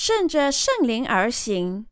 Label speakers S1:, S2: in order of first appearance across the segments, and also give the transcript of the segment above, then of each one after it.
S1: 顺着圣灵而行。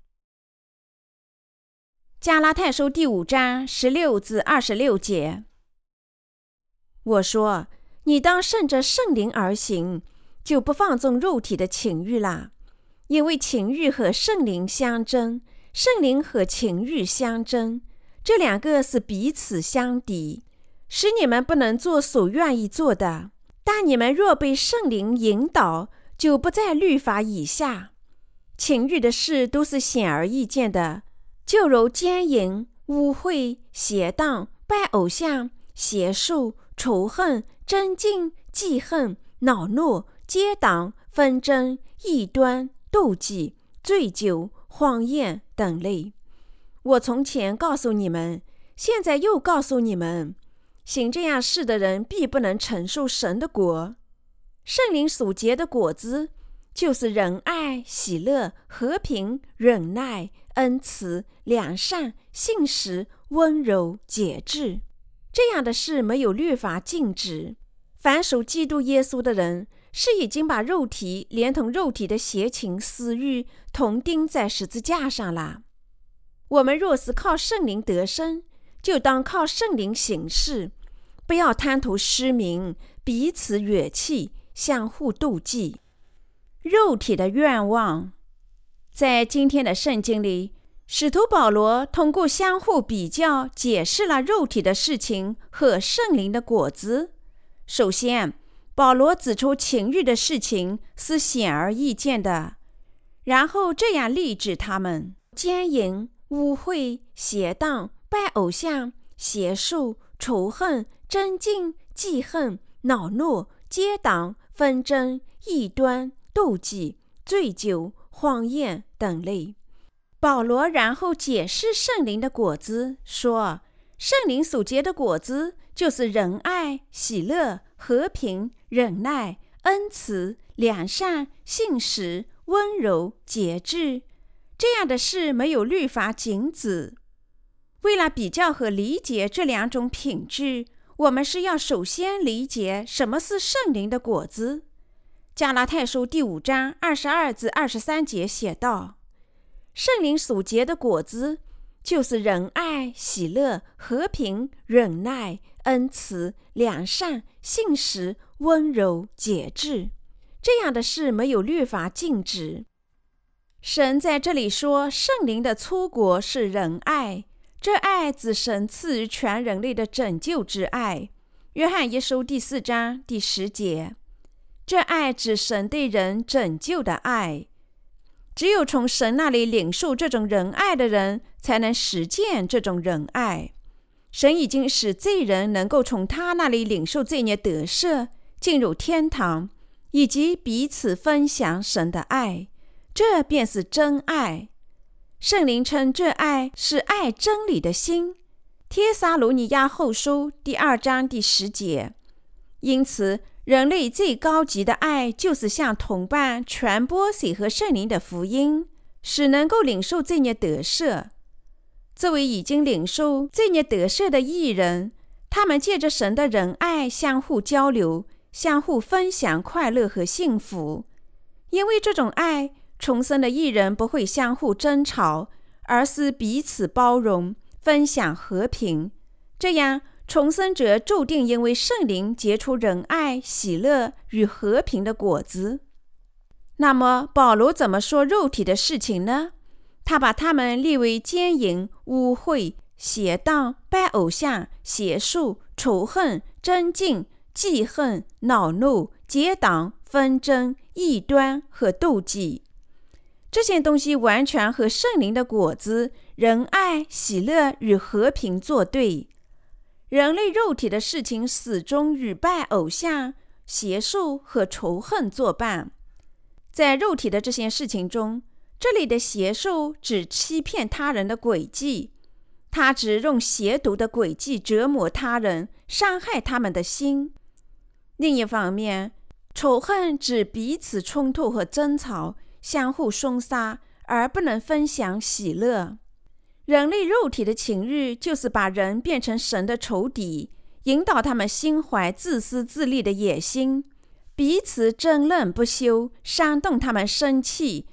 S1: 加拉太书第5章16至26节。我说，你当顺着圣灵而行，就不放纵肉体的情欲啦。因为情欲和圣灵相争，圣灵和情欲相争，这两个是彼此相敌，使你们不能做所愿意做的。但你们若被圣灵引导，就不在律法以下。情欲的事都是显而易见的，就如奸淫、污秽、邪荡、拜偶像、邪术、仇恨、争竞、记恨、恼怒、结党、纷争、异端、妒忌、醉酒、荒宴等类。我从前告诉你们，现在又告诉你们，行这样事的人必不能承受神的国。圣灵所结的果子，就是仁爱、喜乐、和平、忍耐、恩慈、良善、信实、温柔、节制。这样的事没有律法禁止。凡属基督耶稣的人，是已经把肉体连同肉体的邪情私欲同钉在十字架上了。我们若是靠圣灵得生，就当靠圣灵行事，不要贪图失明，彼此远弃，相互妒忌。肉体的愿望。在今天的圣经里，使徒保罗通过相互比较解释了肉体的事情和圣灵的果子。首先，保罗指出情欲的事情是显而易见的，然后这样例指他们：奸淫、污秽、邪荡、拜偶像、邪术、仇恨、争竞、记恨、恼怒、结党、纷争、异端、妒忌、醉酒、荒宴等类。保罗然后解释圣灵的果子，说圣灵所结的果子就是仁爱、喜乐、和平、忍耐、恩慈、良善、信实、温柔、节制。这样的事没有律法禁止。为了比较和理解这两种品质，我们是要首先理解什么是圣灵的果子。加拉太书第5章22至23节写道：圣灵所结的果子，就是仁爱、喜乐、和平、忍耐、恩慈、良善、信实、温柔、节制。这样的事没有律法禁止。神在这里说，圣灵的初果是仁爱，这爱指神赐予全人类的拯救之爱。约翰一书第4章第10节。这爱指神对人拯救的爱。只有从神那里领受这种仁爱的人，才能实践这种仁爱。神已经使罪人能够从他那里领受罪孽得赦，进入天堂，以及彼此分享神的爱。这便是真爱。圣灵称这爱是爱真理的心。帖撒罗尼迦后书第2章第10节。因此，人类最高级的爱就是向同伴传播水和圣灵的福音，使能够领受罪孽得赦。作为已经领受罪孽得赦的义人，他们借着神的仁爱相互交流，相互分享快乐和幸福。因为这种爱，重生的义人不会相互争吵，而是彼此包容，分享和平。这样，重生者注定因为圣灵结出仁爱、喜乐与和平的果子。那么，保罗怎么说肉体的事情呢？他把他们列为奸淫、污秽、邪荡、拜偶像、邪术、仇恨、争竞、记恨、恼怒、结党、纷争、异端和妒忌。这些东西完全和圣灵的果子仁爱、喜乐与和平作对。人类肉体的事情始终与拜偶像、邪术和仇恨作伴。在肉体的这些事情中，这里的邪术指欺骗他人的诡计，它指用邪毒的诡计折磨他人，伤害他们的心。另一方面，仇恨指彼此冲突和争吵，相互凶杀，而不能分享喜乐。人类肉体的情欲就是把人变成神的仇敌，引导他们心怀自私自利的野心，彼此争论不休，煽动他们生气，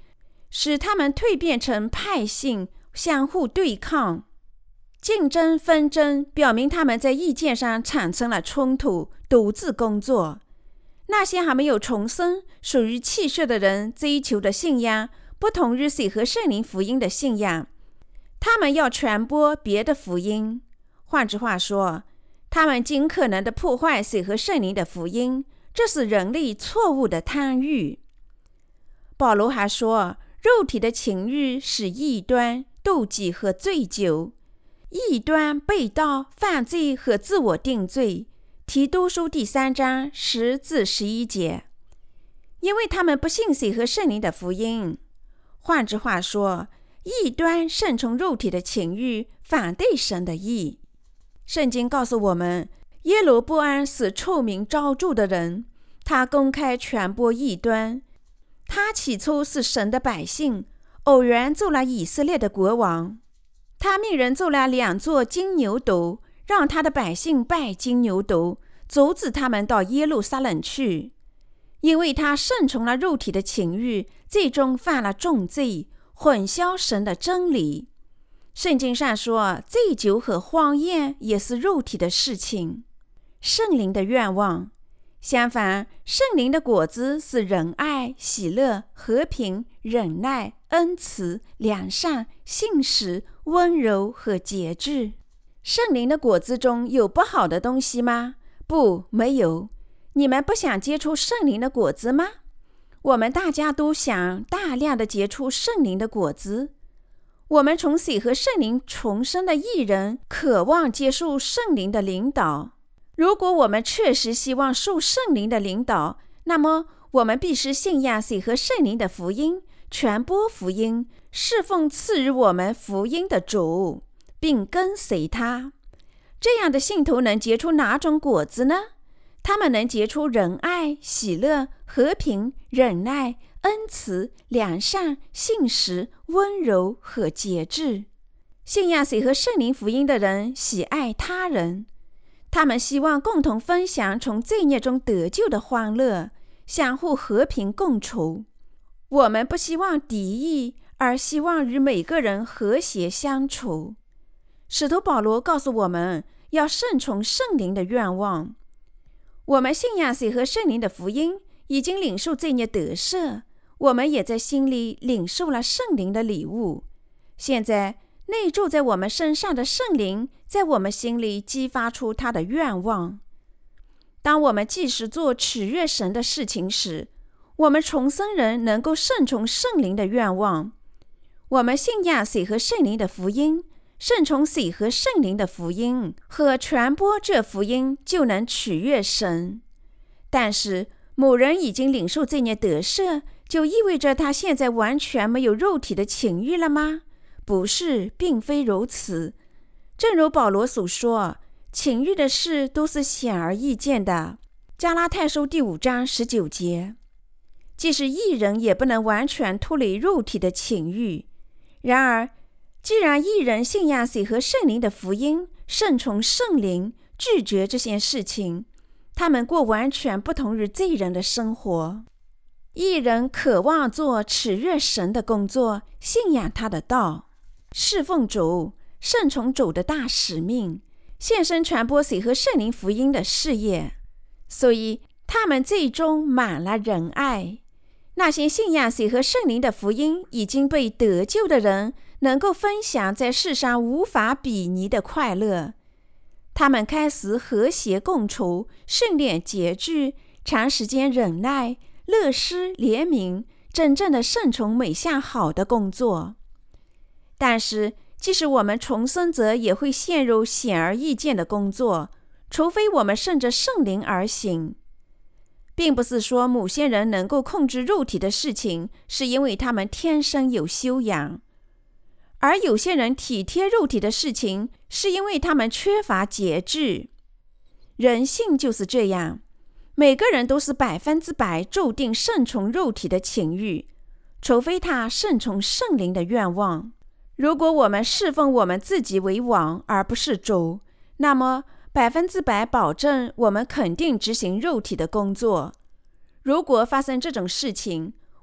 S1: 使他们蜕变成派性，相互对抗。竞争纷争表明他们在意见上产生了冲突，独自工作。那些还没有重生、属于气血的人追求的信仰，不同于水和圣灵福音的信仰。他们要传播别的福音，换句话说，他们尽可能地破坏水和圣灵的福音，这是人类错误的贪欲。保罗还说，肉体的情欲是异端、妒忌和醉酒。异端、背道、犯罪和自我定罪。提多书第3章10至11节。因为他们不信水和圣灵的福音。换句话说，异端顺从肉体的情欲，反对神的义。圣经告诉我们，耶罗波安是臭名昭著的人，他公开传播异端。他起初是神的百姓，偶然做了以色列的国王。他命人做了2座金牛犊，让他的百姓拜金牛犊，阻止他们到耶路撒冷去。因为他顺从了肉体的情欲，最终犯了重罪，混淆神的真理。圣经上说，醉酒和荒宴也是肉体的事情。圣灵的愿望，相反，圣灵的果子是仁爱、喜乐、和平、忍耐、恩慈、良善、信实、温柔和节制。圣灵的果子中有不好的东西吗？不，没有。你们不想结出圣灵的果子吗？我们大家都想大量的结出圣灵的果子。我们从水和圣灵重生的义人，渴望接受圣灵的领导。如果我们确实希望受圣灵的领导，那么我们必须信仰水和圣灵的福音，传播福音，侍奉赐予我们福音的主，并跟随他。这样的信徒能结出哪种果子呢？他们能结出仁爱、喜乐、和平、忍耐、恩慈、良善、信实、温柔和节制。信仰水和圣灵福音的人喜爱他人，他们希望共同分享从罪孽中得救的欢乐，相互和平共处。我们不希望敌意，而希望与每个人和谐相处。使徒保罗告诉我们，要顺从圣灵的愿望。我们信仰水和圣灵的福音，已经领受罪孽得赦，我们也在心里领受了圣灵的礼物。现在内住在我们身上的圣灵，在我们心里激发出他的愿望。当我们即使做取悦神的事情时，我们重生人能够顺从圣灵的愿望。我们信仰水和圣灵的福音，顺从水和圣灵的福音和传播这福音，就能取悦神。但是某人已经领受罪孽得赦，就意味着他现在完全没有肉体的情欲了吗？不是，并非如此。正如保罗所说，情欲的事都是显而易见的。加拉太书第5章19节。即使义人也不能完全脱离肉体的情欲。然而，既然义人信仰水和圣灵的福音，顺从圣灵，拒绝这些事情，他们过完全不同于罪人的生活。义人渴望做取悦神的工作，信仰他的道，侍奉主，顺从主的大使命，献身传播水和圣灵福音的事业。所以他们最终满了仁爱。那些信仰水和圣灵的福音已经被得救的人，能够分享在世上无法比拟的快乐。他们开始和谐共处，训练节制，长时间忍耐，乐施怜悯，真正的顺从每项好的工作。但是即使我们重生者也会陷入显而易见的工作，除非我们顺着圣灵而行。并不是说某些人能够控制肉体的事情，是因为他们天生有修养，而有些人体贴肉体的事情，是因为他们缺乏节制。人性就是这样，每个人都是100%注定顺从肉体的情欲，除非他顺从圣灵的愿望。如果我们侍奉我们自己为王，而不是主，那么100%保证我们肯定执行肉体的工作。如果发生这种事情，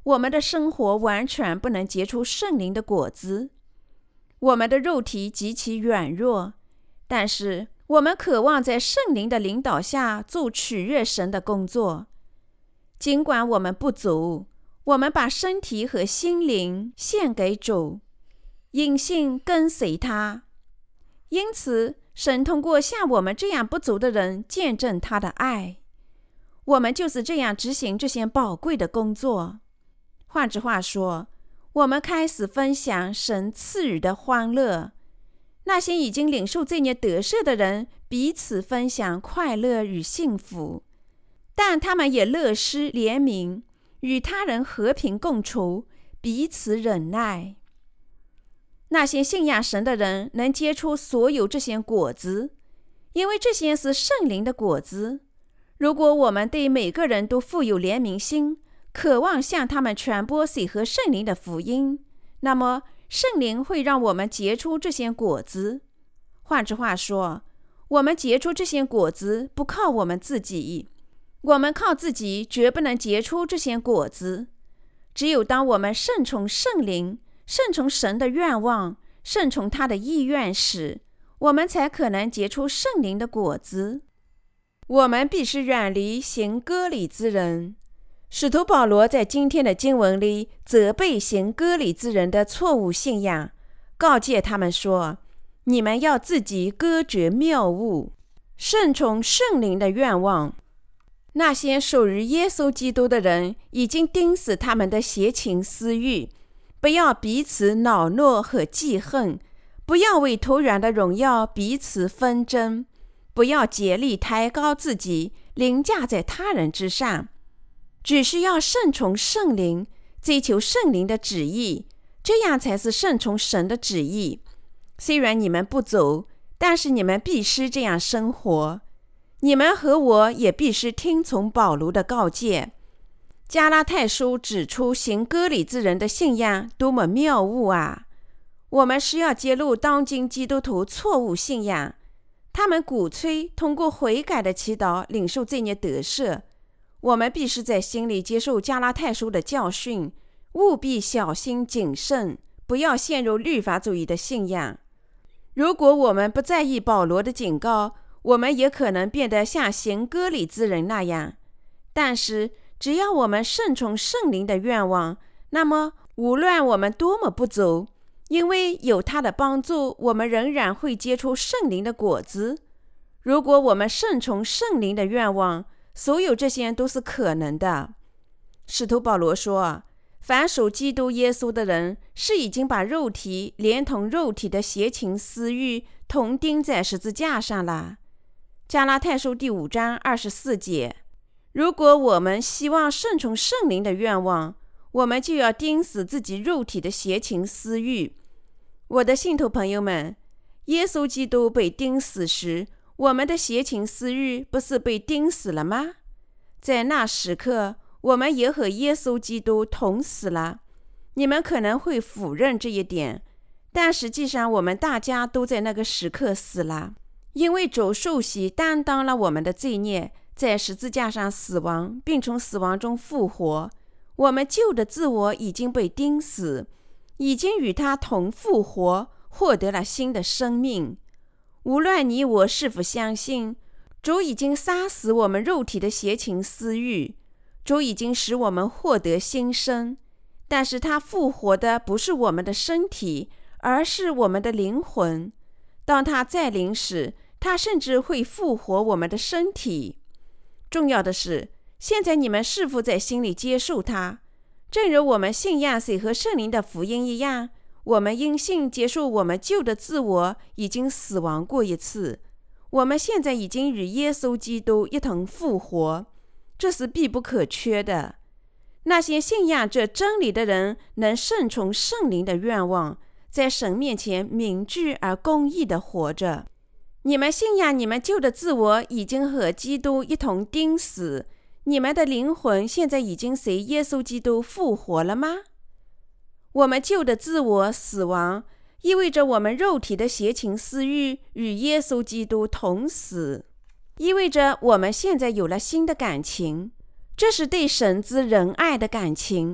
S1: 我们的生活完全不能结出圣灵的果子。我们的肉体极其软弱，但是我们渴望在圣灵的领导下做取悦神的工作。尽管我们不足，我们把身体和心灵献给主，因信跟随他。因此，神通过像我们这样不足的人见证他的爱。我们就是这样执行这些宝贵的工作。换句话说，我们开始分享神赐予的欢乐。那些已经领受这些得赦的人彼此分享快乐与幸福，但他们也乐施怜悯，与他人和平共处，彼此忍耐。那些信仰神的人能结出所有这些果子，因为这些是圣灵的果子。如果我们对每个人都富有怜悯心，渴望向他们传播水和圣灵的福音，那么圣灵会让我们结出这些果子。换句话说，我们结出这些果子不靠我们自己，我们靠自己绝不能结出这些果子。只有当我们顺从圣灵，顺从神的愿望，顺从他的意愿时，我们才可能结出圣灵的果子。我们必须远离行割礼之人。使徒保罗在今天的经文里责备行割礼之人的错误信仰，告诫他们说，你们要自己隔绝谬误，顺从圣灵的愿望。那些属于耶稣基督的人已经钉死他们的邪情私欲，不要彼此恼怒和记恨，不要为突然的荣耀彼此纷争，不要竭力抬高自己，凌驾在他人之上，只是要顺从圣灵，追求圣灵的旨意，这样才是顺从神的旨意。虽然你们不走，但是你们必须这样生活。你们和我也必须听从保罗的告诫。加拉太书指出行割礼之人的信仰多么谬误啊！我们需要揭露当今基督徒错误信仰，他们鼓吹通过悔改的祈祷领受罪孽得赦。我们必须在心里接受加拉太书的教训，务必小心谨慎，不要陷入律法主义的信仰。如果我们不在意保罗的警告，我们也可能变得像行割礼之人那样。但是只要我们顺从圣灵的愿望，那么无论我们多么不足，因为有他的帮助，我们仍然会结出圣灵的果子。如果我们顺从圣灵的愿望，所有这些都是可能的。使徒保罗说，凡属基督耶稣的人，是已经把肉体连同肉体的邪情私欲同钉在十字架上了。加拉太书第5章24节。如果我们希望顺从圣灵的愿望，我们就要钉死自己肉体的邪情私欲。我的信徒朋友们，耶稣基督被钉死时，我们的邪情私欲不是被钉死了吗？在那时刻，我们也和耶稣基督同死了。你们可能会否认这一点，但实际上我们大家都在那个时刻死了，因为主受洗担当了我们的罪孽，在十字架上死亡，并从死亡中复活。我们旧的自我已经被钉死，已经与他同复活，获得了新的生命。无论你我是否相信，主已经杀死我们肉体的邪情私欲，主已经使我们获得新生，但是他复活的不是我们的身体，而是我们的灵魂。当他再临时，他甚至会复活我们的身体。重要的是，现在你们是否在心里接受他？正如我们信仰水和圣灵的福音一样，我们因信接受我们旧的自我已经死亡过一次，我们现在已经与耶稣基督一同复活，这是必不可缺的。那些信仰这真理的人能顺从圣灵的愿望，在神面前明智而公义地活着。你们信仰你们旧的自我已经和基督一同钉死，你们的灵魂现在已经随耶稣基督复活了吗？我们旧的自我死亡，意味着我们肉体的邪情私欲与耶稣基督同死，意味着我们现在有了新的感情，这是对神之仁爱的感情，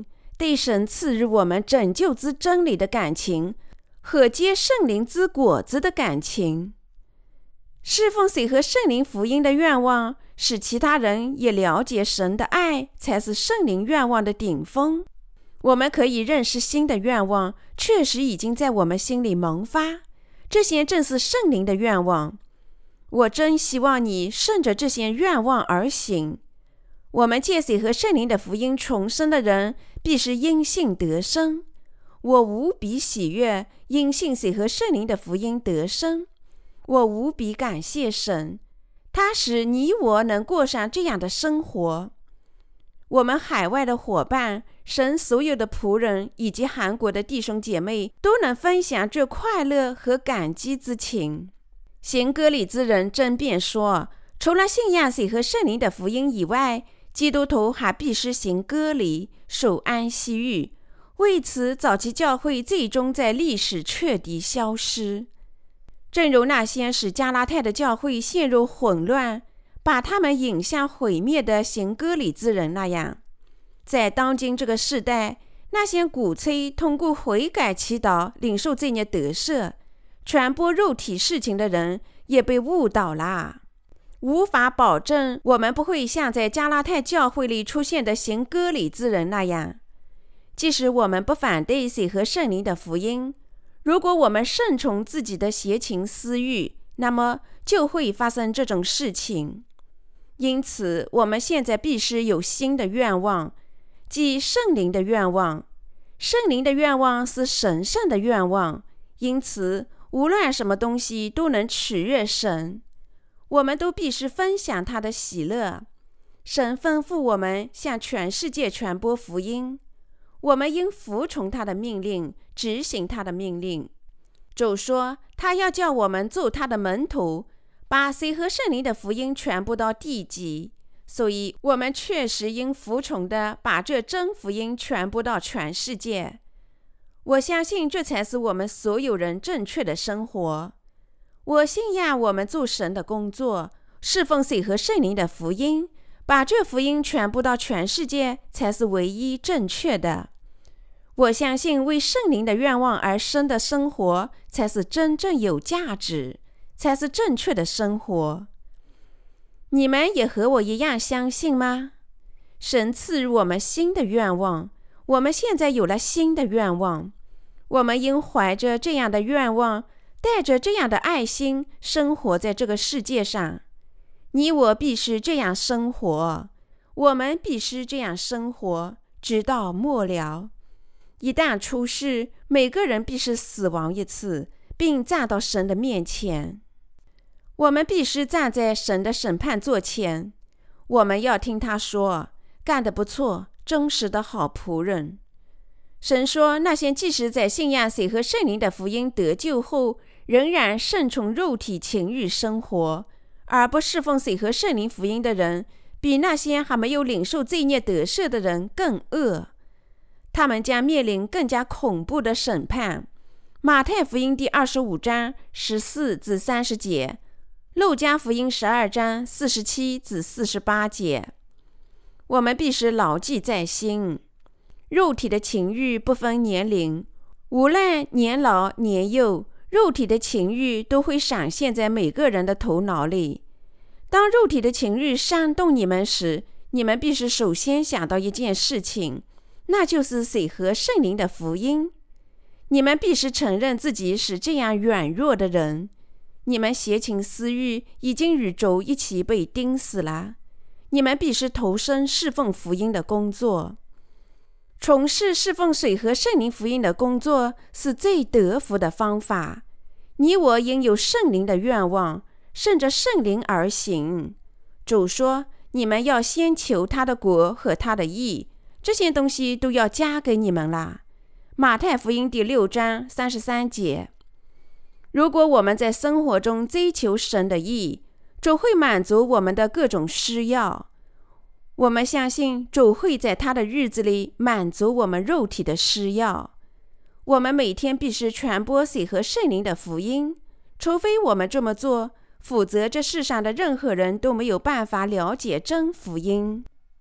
S1: 对神赐予我们拯救之真理的感情和结圣灵之果子的感情。侍奉水和圣灵福音的愿望，使其他人也了解神的爱，才是圣灵愿望的顶峰。我们可以认识新的愿望，确实已经在我们心里萌发，这些正是圣灵的愿望。我真希望你顺着这些愿望而行。我们借水和圣灵的福音重生的人，必是因信得生。我无比喜悦因信水和圣灵的福音得生。我无比感谢神，他使你我能过上这样的生活。我们海外的伙伴，神所有的仆人以及韩国的弟兄姐妹都能分享这快乐和感激之情。行割礼之人争辩说，除了信仰水和圣灵的福音以外，基督徒还必须行割礼，守安息日。为此，早期教会最终在历史彻底消失。正如那些使加拉太的教会陷入混乱，把他们引向毁灭的行割礼之人那样，在当今这个世代，那些鼓吹通过悔改祈祷领受罪孽得赦、传播肉体事情的人也被误导了。无法保证我们不会像在加拉太教会里出现的行割礼之人那样。即使我们不反对水和圣灵的福音，如果我们顺从自己的邪情私欲，那么就会发生这种事情。因此，我们现在必须有新的愿望，即圣灵的愿望。圣灵的愿望是神圣的愿望，因此无论什么东西都能取悦神。我们都必须分享他的喜乐。神吩咐我们向全世界传播福音，我们应服从他的命令，执行他的命令。主说，他要叫我们做他的门徒，把水和圣灵的福音传播到地极。所以我们确实应服从的把这真福音传播到全世界。我相信这才是我们所有人正确的生活。我信仰我们做神的工作，侍奉水和圣灵的福音，把这福音传播到全世界，才是唯一正确的。我相信为圣灵的愿望而生的生活，才是真正有价值，才是正确的生活。你们也和我一样相信吗？神赐予我们新的愿望，我们现在有了新的愿望。我们应怀着这样的愿望，带着这样的爱心生活在这个世界上。你我必须这样生活，我们必须这样生活，直到末了。一旦出世，每个人必须死亡一次，并站到神的面前。我们必须站在神的审判座前，我们要听他说，干得不错，忠实的好仆人。神说，那些即使在信仰水和圣灵的福音得救后，仍然顺从肉体情欲生活，而不侍奉水和圣灵福音的人，比那些还没有领受罪孽得赦的人更恶。他们将面临更加恐怖的审判。马太福音第25章14至30节，路加福音12章47至48节。我们必须牢记在心，肉体的情欲不分年龄，无论年老年幼，肉体的情欲都会闪现在每个人的头脑里。当肉体的情欲煽动你们时，你们必须首先想到一件事情，那就是水和圣灵的福音。你们必须承认自己是这样软弱的人，你们邪情私欲已经与主一起被钉死了。你们必须投身侍奉福音的工作。从事侍奉水和圣灵福音的工作是最得福的方法。你我应有圣灵的愿望，顺着圣灵而行。主说，你们要先求他的国和他的义，这些东西都要加给你们啦。马太福音第6章33节。如果我们在生活中追求神的义，主会满足我们的各种需要。我们相信主会在他的日子里满足我们肉体的需要。我们每天必须传播水和圣灵的福音，除非我们这么做，否则这世上的任何人都没有办法了解真福音。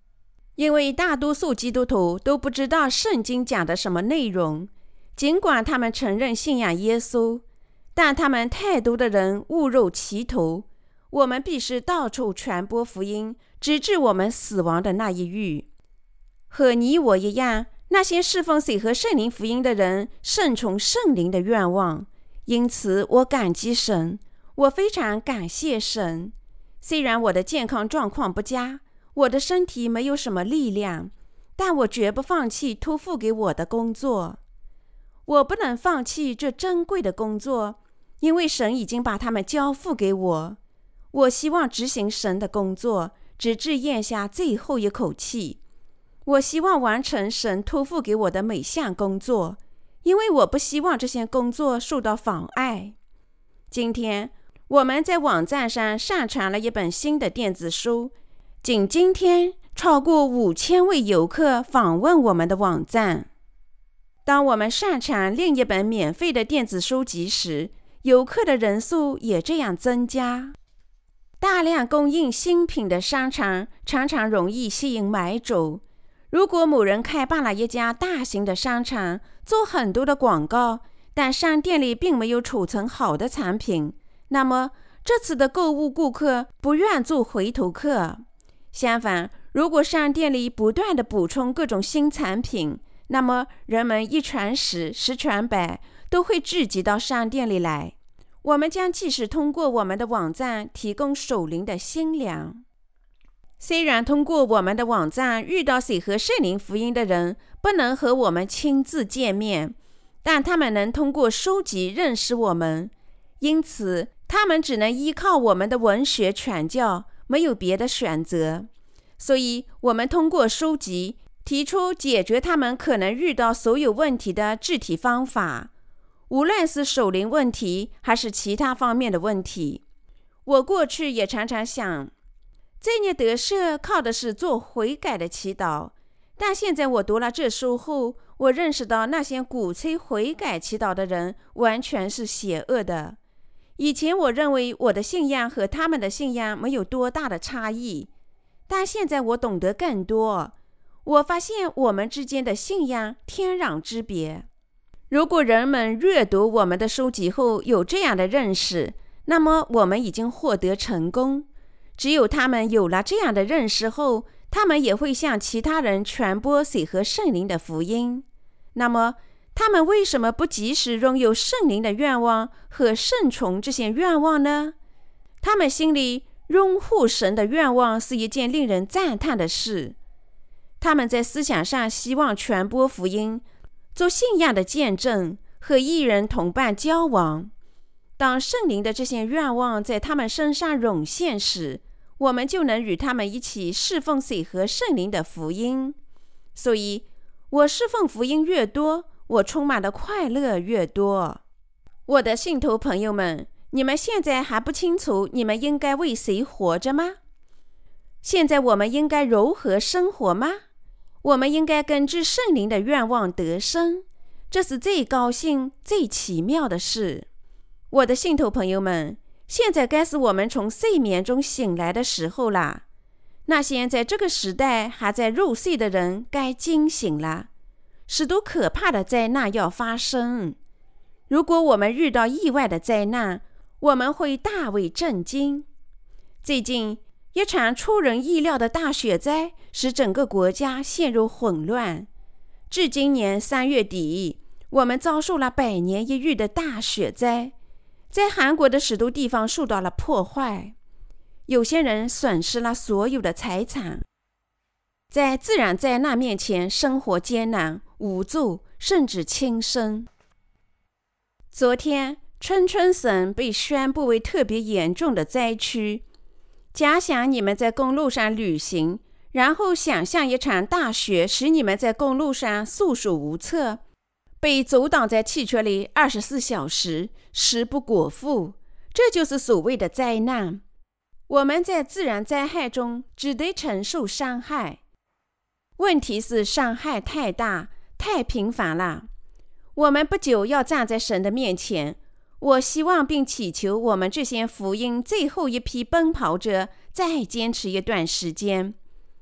S1: 因为大多数基督徒都不知道圣经讲的什么内容，尽管他们承认信仰耶稣，但他们太多的人误入歧途。我们必须到处传播福音，直至我们死亡的那一日。和你我一样，那些侍奉水和圣灵福音的人顺从圣灵的愿望，因此我感激神，我非常感谢神。虽然我的健康状况不佳，我的身体没有什么力量，但我绝不放弃托付给我的工作。我不能放弃这珍贵的工作，因为神已经把它们交付给我。我希望执行神的工作，直至咽下最后一口气。我希望完成神托付给我的每项工作，因为我不希望这些工作受到妨碍。今天我们在网站上上传了一本新的电子书，仅今天超过5000位游客访问我们的网站。当我们上传另一本免费的电子书籍时，游客的人数也这样增加。大量供应新品的商场常常容易吸引买主。如果某人开办了一家大型的商场，做很多的广告，但商店里并没有储存好的产品，那么这次的购物顾客不愿做回头客。相反，如果商店里不断地补充各种新产品，那么人们一传十，十传百，都会聚集到商店里来。我们将继续通过我们的网站提供属灵的新粮。虽然通过我们的网站遇到水和圣灵福音的人不能和我们亲自见面，但他们能通过书籍认识我们，因此他们只能依靠我们的文学传教，没有别的选择。所以我们通过书籍提出解决他们可能遇到所有问题的具体方法，无论是属灵问题还是其他方面的问题。我过去也常常想，罪孽得赦靠的是做悔改的祈祷，但现在我读了这书后，我认识到那些鼓吹悔改祈祷的人完全是邪恶的。以前我认为我的信仰和他们的信仰没有多大的差异，但现在我懂得更多。我发现我们之间的信仰天壤之别。如果人们阅读我们的书籍后有这样的认识，那么我们已经获得成功。只有他们有了这样的认识后，他们也会向其他人传播水和圣灵的福音。那么他们为什么不及时拥有圣灵的愿望和顺从这些愿望呢？他们心里拥护神的愿望是一件令人赞叹的事。他们在思想上希望传播福音，做信仰的见证，和义人同伴交往。当圣灵的这些愿望在他们身上涌现时，我们就能与他们一起侍奉水和圣灵的福音。所以我侍奉福音越多，我充满的快乐越多。我的信徒朋友们，你们现在还不清楚你们应该为谁活着吗？现在我们应该如何生活吗？我们应该根据圣灵的愿望得生，这是最高兴、最奇妙的事。我的信徒朋友们，现在该是我们从睡眠中醒来的时候啦。那些在这个时代还在入睡的人该惊醒了，许多可怕的灾难要发生。如果我们遇到意外的灾难，我们会大为震惊。最近一场出人意料的大雪灾使整个国家陷入混乱。至今年3月底，我们遭受了100年一遇的大雪灾，在韩国的许多地方受到了破坏，有些人损失了所有的财产。在自然灾难面前，生活艰难、无助，甚至轻生。昨天，春村省被宣布为特别严重的灾区。假想你们在公路上旅行，然后想象一场大雪使你们在公路上束手无策，被阻挡在汽车里24小时，食不果腹，这就是所谓的灾难。我们在自然灾害中只得承受伤害，问题是伤害太大，太频繁了。我们不久要站在神的面前，我希望并祈求我们这些福音最后一批奔跑者再坚持一段时间。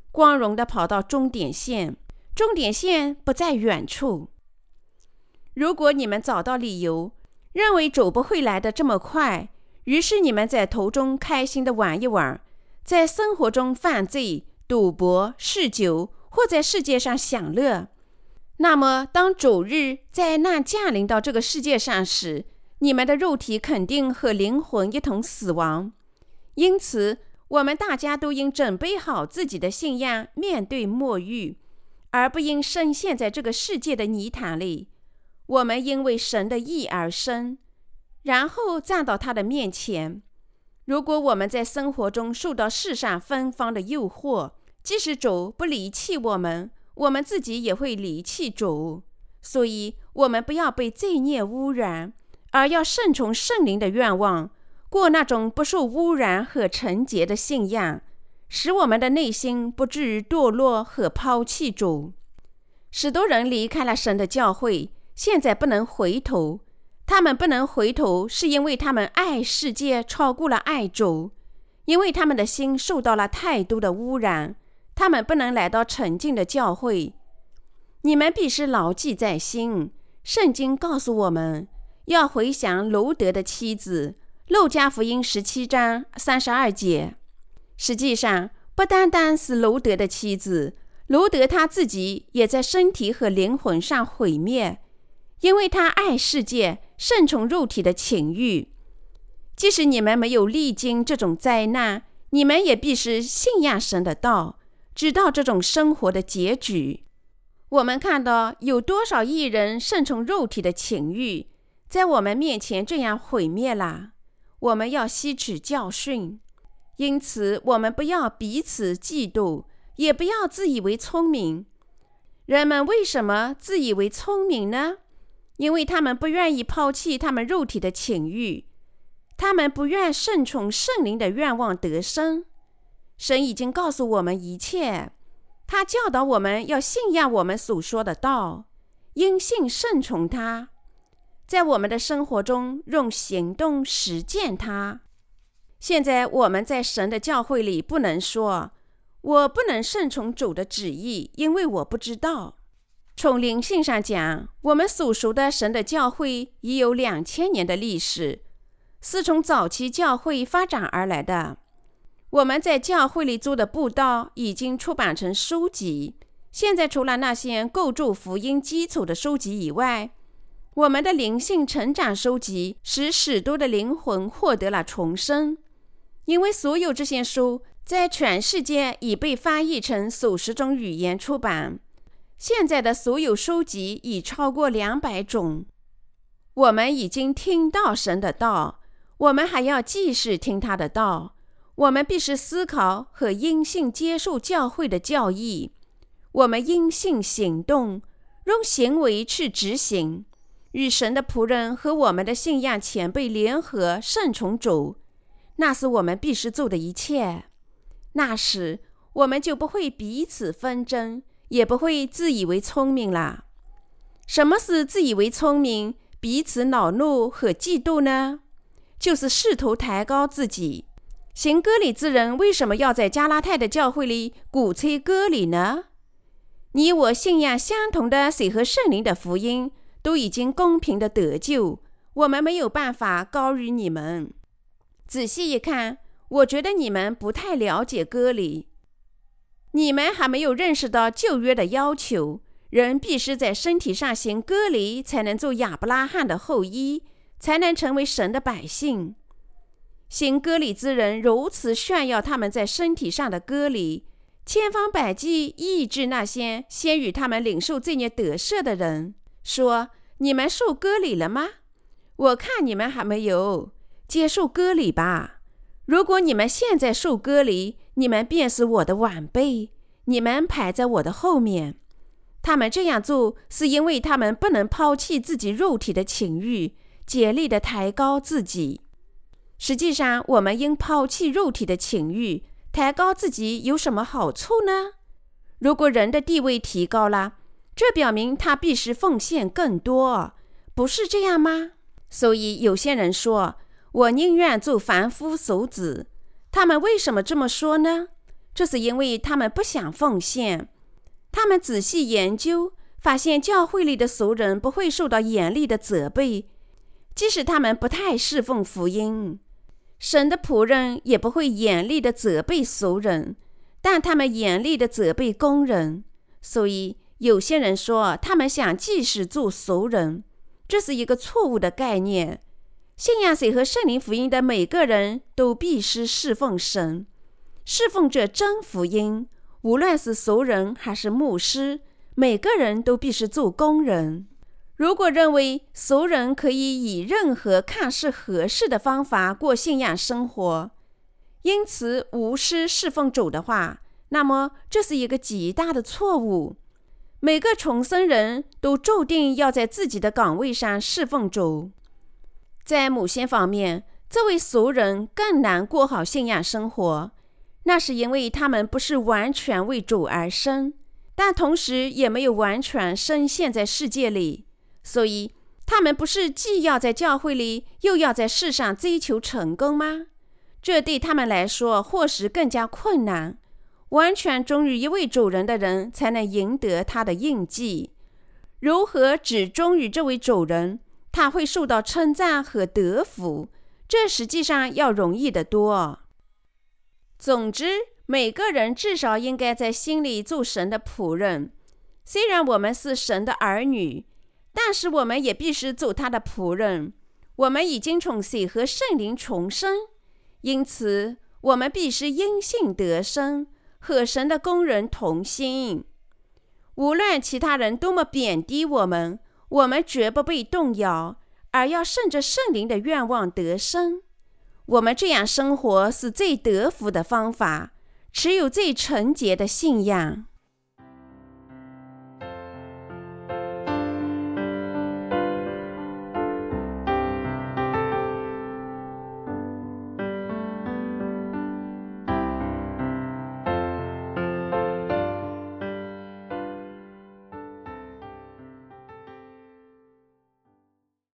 S1: 光荣地跑到终点线，终点线不在远处。如果你们找到理由，认为走不会来得这么快，于是你们在途中开心地玩一玩，在生活中犯罪、赌博、嗜酒，或在世界上享乐，那么当主日灾难降临到这个世界上时，你们的肉体肯定和灵魂一同死亡。因此我们大家都应准备好自己的信仰，面对末日，而不应深陷在这个世界的泥潭里。我们因为神的义而生，然后站到他的面前。如果我们在生活中受到世上芬芳的诱惑，即使主不离弃我们，我们自己也会离弃主。所以我们不要被罪孽污染，而要顺从圣灵的愿望，过那种不受污染和纯洁的信仰，使我们的内心不至于堕落和抛弃主。许多人离开了神的教会，现在不能回头。他们不能回头，是因为他们爱世界超过了爱主，因为他们的心受到了太多的污染，他们不能来到纯净的教会。你们必须牢记在心，圣经告诉我们要回想罗德的妻子，路加福音17章32节。实际上不单单是罗德的妻子，罗德他自己也在身体和灵魂上毁灭，因为他爱世界，顺从肉体的情欲。即使你们没有历经这种灾难，你们也必须信仰神的道，知道这种生活的结局。我们看到有多少义人顺从肉体的情欲，在我们面前这样毁灭了。我们要吸取教训，因此我们不要彼此嫉妒，也不要自以为聪明。人们为什么自以为聪明呢？因为他们不愿意抛弃他们肉体的情欲，他们不愿顺从圣灵的愿望得生。神已经告诉我们一切，他教导我们要信仰我们所说的道，因信顺从他，在我们的生活中用行动实践它。现在我们在神的教会里不能说我不能顺从主的旨意，因为我不知道。从灵性上讲，我们所属的神的教会已有2000年的历史，是从早期教会发展而来的。我们在教会里做的布道已经出版成书籍，现在除了那些构筑福音基础的书籍以外，我们的灵性成长书籍使许多的灵魂获得了重生。因为所有这些书在全世界已被翻译成数十种语言出版，现在的所有书籍已超过200种。我们已经听到神的道，我们还要继续听他的道。我们必须思考和因信接受教会的教义，我们因信行动，用行为去执行，与神的仆人和我们的信仰前辈联合顺从主，那是我们必须做的一切。那时我们就不会彼此纷争，也不会自以为聪明了。什么是自以为聪明、彼此恼怒和嫉妒呢？就是试图抬高自己。行割礼之人为什么要在加拉太的教会里鼓吹割礼呢？你我信仰相同的水和圣灵的福音，都已经公平的得救，我们没有办法高于你们。仔细一看，我觉得你们不太了解割礼，你们还没有认识到旧约的要求，人必须在身体上行割礼，才能做亚伯拉罕的后裔，才能成为神的百姓。行割礼之人如此炫耀他们在身体上的割礼，千方百计抑制那些先与他们领受罪孽得赦的人，说：你们受割礼了吗？我看你们还没有，接受割礼吧。如果你们现在受割礼，你们便是我的晚辈，你们排在我的后面。他们这样做是因为他们不能抛弃自己肉体的情欲，竭力地抬高自己。实际上，我们应抛弃肉体的情欲，抬高自己有什么好处呢？如果人的地位提高了，这表明他必须奉献更多，不是这样吗？所以有些人说，我宁愿做凡夫俗子。他们为什么这么说呢？ 这是因为他们不想奉献。他们仔细研究，发现教会里的俗人不会受到严厉的责备，即使他们不太侍奉福音。神的仆人也不会严厉的责备俗人，但他们严厉的责备工人。所以有些人说他们想继续做俗人，这是一个错误的概念。信仰谁和圣灵福音的每个人都必须侍奉神，侍奉这真福音。无论是俗人还是牧师，每个人都必须做工人。如果认为俗人可以以任何看似合适的方法过信仰生活，因此无私侍奉主的话，那么这是一个极大的错误。每个重生人都注定要在自己的岗位上侍奉主。在某些方面，这位俗人更难过好信仰生活，那是因为他们不是完全为主而生，但同时也没有完全深陷在世界里，所以他们不是既要在教会里，又要在世上追求成功吗？这对他们来说或许更加困难。完全忠于一位主人的人才能赢得他的印记。如何只忠于这位主人，他会受到称赞和得福，这实际上要容易得多。总之，每个人至少应该在心里做神的仆人。虽然我们是神的儿女，但是我们也必须做他的仆人。我们已经从水和圣灵重生，因此我们必须因信得生，和神的工人同心。无论其他人多么贬低我们，我们绝不被动摇，而要顺着圣灵的愿望得生。我们这样生活是最得福的方法，持有最纯洁的信仰。